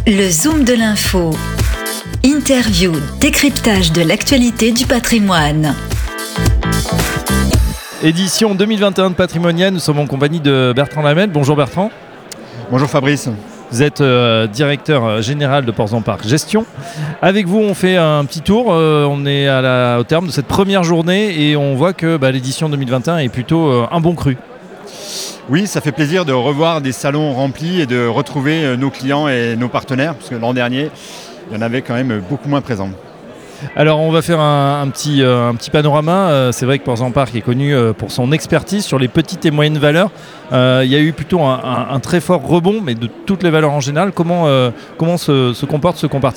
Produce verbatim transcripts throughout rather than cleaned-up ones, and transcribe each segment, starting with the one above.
Le Zoom de l'info. Interview, décryptage de l'actualité du patrimoine. Édition deux mille vingt et un de Patrimonial, nous sommes en compagnie de Bertrand Lamel. Bonjour Bertrand. Bonjour Fabrice. Vous êtes euh, directeur général de Ports en Parc Gestion. Avec vous, on fait un petit tour. Euh, on est à la, au terme de cette première journée et on voit que bah, l'édition deux mille vingt et un est plutôt euh, un bon cru. Oui, ça fait plaisir de revoir des salons remplis et de retrouver nos clients et nos partenaires, parce que l'an dernier, il y en avait quand même beaucoup moins présents. Alors on va faire un, un, petit, euh, un petit panorama. Euh, c'est vrai que Ports en Parc est connu euh, pour son expertise sur les petites et moyennes valeurs. Euh, il y a eu plutôt un, un, un très fort rebond, mais de toutes les valeurs en général. Comment, euh, comment se, se comporte ce compartiment ?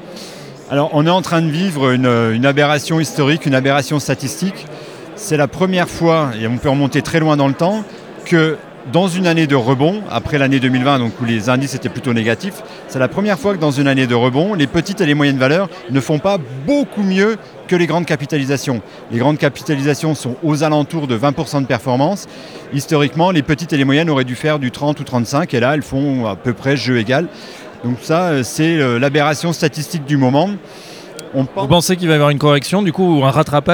Alors on est en train de vivre une, une aberration historique, une aberration statistique. C'est la première fois, et on peut remonter très loin dans le temps, que dans une année de rebond, après l'année deux mille vingt, donc où les indices étaient plutôt négatifs, c'est la première fois que dans une année de rebond, les petites et les moyennes valeurs ne font pas beaucoup mieux que les grandes capitalisations. Les grandes capitalisations sont aux alentours de vingt pour cent de performance. Historiquement, les petites et les moyennes auraient dû faire du trente ou trente-cinq, et là, elles font à peu près jeu égal. Donc ça, c'est l'aberration statistique du moment. On pense... Vous pensez qu'il va y avoir une correction, du coup, ou un rattrapage ?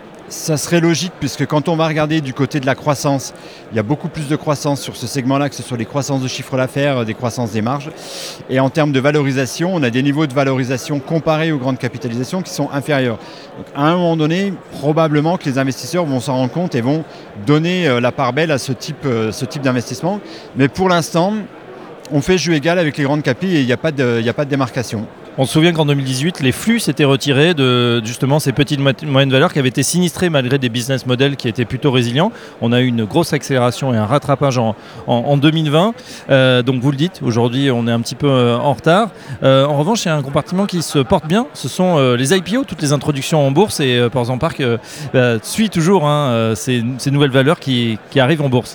Ça serait logique, puisque quand on va regarder du côté de la croissance, il y a beaucoup plus de croissance sur ce segment-là, que ce soit les croissances de chiffre d'affaires, des croissances des marges. Et en termes de valorisation, on a des niveaux de valorisation comparés aux grandes capitalisations qui sont inférieurs. Donc, à un moment donné, probablement que les investisseurs vont s'en rendre compte et vont donner la part belle à ce type, ce type d'investissement. Mais pour l'instant, on fait jeu égal avec les grandes capis et il n'y a pas de, il n'y a pas de démarcation. On se souvient qu'en deux mille dix-huit, les flux s'étaient retirés de justement ces petites moyennes valeurs qui avaient été sinistrées malgré des business models qui étaient plutôt résilients. On a eu une grosse accélération et un rattrapage en, en, en deux mille vingt. Euh, donc vous le dites, aujourd'hui on est un petit peu euh, en retard. Euh, en revanche, il y a un compartiment qui se porte bien. Ce sont euh, les I P O, toutes les introductions en bourse. Et euh, Ports en Parc euh, bah, suit toujours hein, ces, ces nouvelles valeurs qui, qui arrivent en bourse.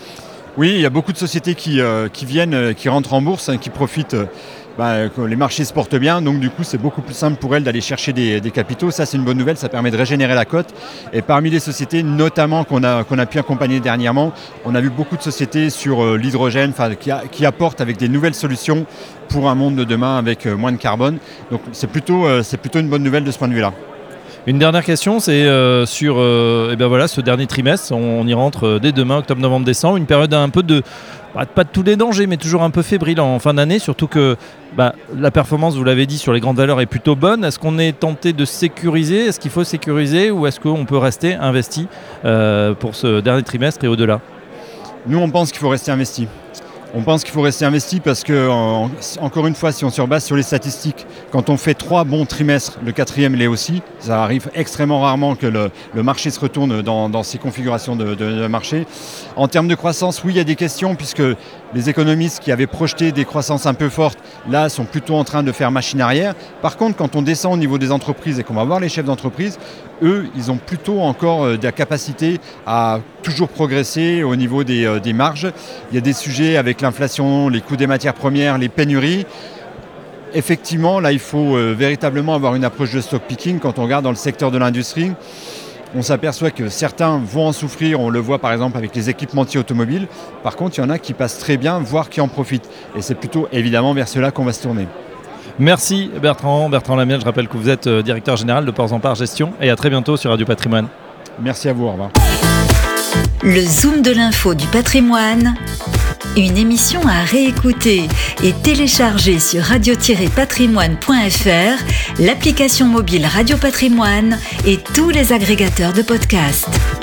Oui, il y a beaucoup de sociétés qui, euh, qui viennent, euh, qui rentrent en bourse, hein, qui profitent... Euh, Bah, les marchés se portent bien, donc du coup c'est beaucoup plus simple pour elles d'aller chercher des, des capitaux. Ça c'est une bonne nouvelle, ça permet de régénérer la cote. Et parmi les sociétés notamment qu'on a, qu'on a pu accompagner dernièrement, on a vu beaucoup de sociétés sur euh, l'hydrogène qui, a, qui apportent avec des nouvelles solutions pour un monde de demain avec euh, moins de carbone. Donc c'est plutôt, euh, c'est plutôt une bonne nouvelle de ce point de vue-là. Une dernière question, c'est euh, sur euh, eh ben voilà, ce dernier trimestre. On, on y rentre euh, dès demain, octobre, novembre, décembre. Une période un peu de, bah, pas de tous les dangers, mais toujours un peu fébrile en fin d'année. Surtout que bah, la performance, vous l'avez dit, sur les grandes valeurs est plutôt bonne. Est-ce qu'on est tenté de sécuriser ? Est-ce qu'il faut sécuriser ou est-ce qu'on peut rester investi euh, pour ce dernier trimestre et au-delà ? Nous, on pense qu'il faut rester investi. On pense qu'il faut rester investi parce que, en, encore une fois, si on se rebase sur les statistiques, quand on fait trois bons trimestres, le quatrième l'est aussi. Ça arrive extrêmement rarement que le, le marché se retourne dans, dans ces configurations de, de, de marché. En termes de croissance, oui, il y a des questions puisque les économistes qui avaient projeté des croissances un peu fortes, là, sont plutôt en train de faire machine arrière. Par contre, quand on descend au niveau des entreprises et qu'on va voir les chefs d'entreprise, eux, ils ont plutôt encore euh, de la capacité à toujours progresser au niveau des, euh, des marges. Il y a des sujets avec l'inflation, les coûts des matières premières, les pénuries. Effectivement, là, il faut euh, véritablement avoir une approche de stock picking. Quand on regarde dans le secteur de l'industrie, on s'aperçoit que certains vont en souffrir. On le voit par exemple avec les équipementiers automobiles. Par contre, il y en a qui passent très bien, voire qui en profitent. Et c'est plutôt évidemment vers cela qu'on va se tourner. Merci Bertrand, Bertrand Lamel, je rappelle que vous êtes directeur général de Ports en Parc Gestion et à très bientôt sur Radio Patrimoine. Merci à vous, au revoir. Le Zoom de l'info du patrimoine, une émission à réécouter et télécharger sur radio tiret patrimoine point f r, l'application mobile Radio Patrimoine et tous les agrégateurs de podcasts.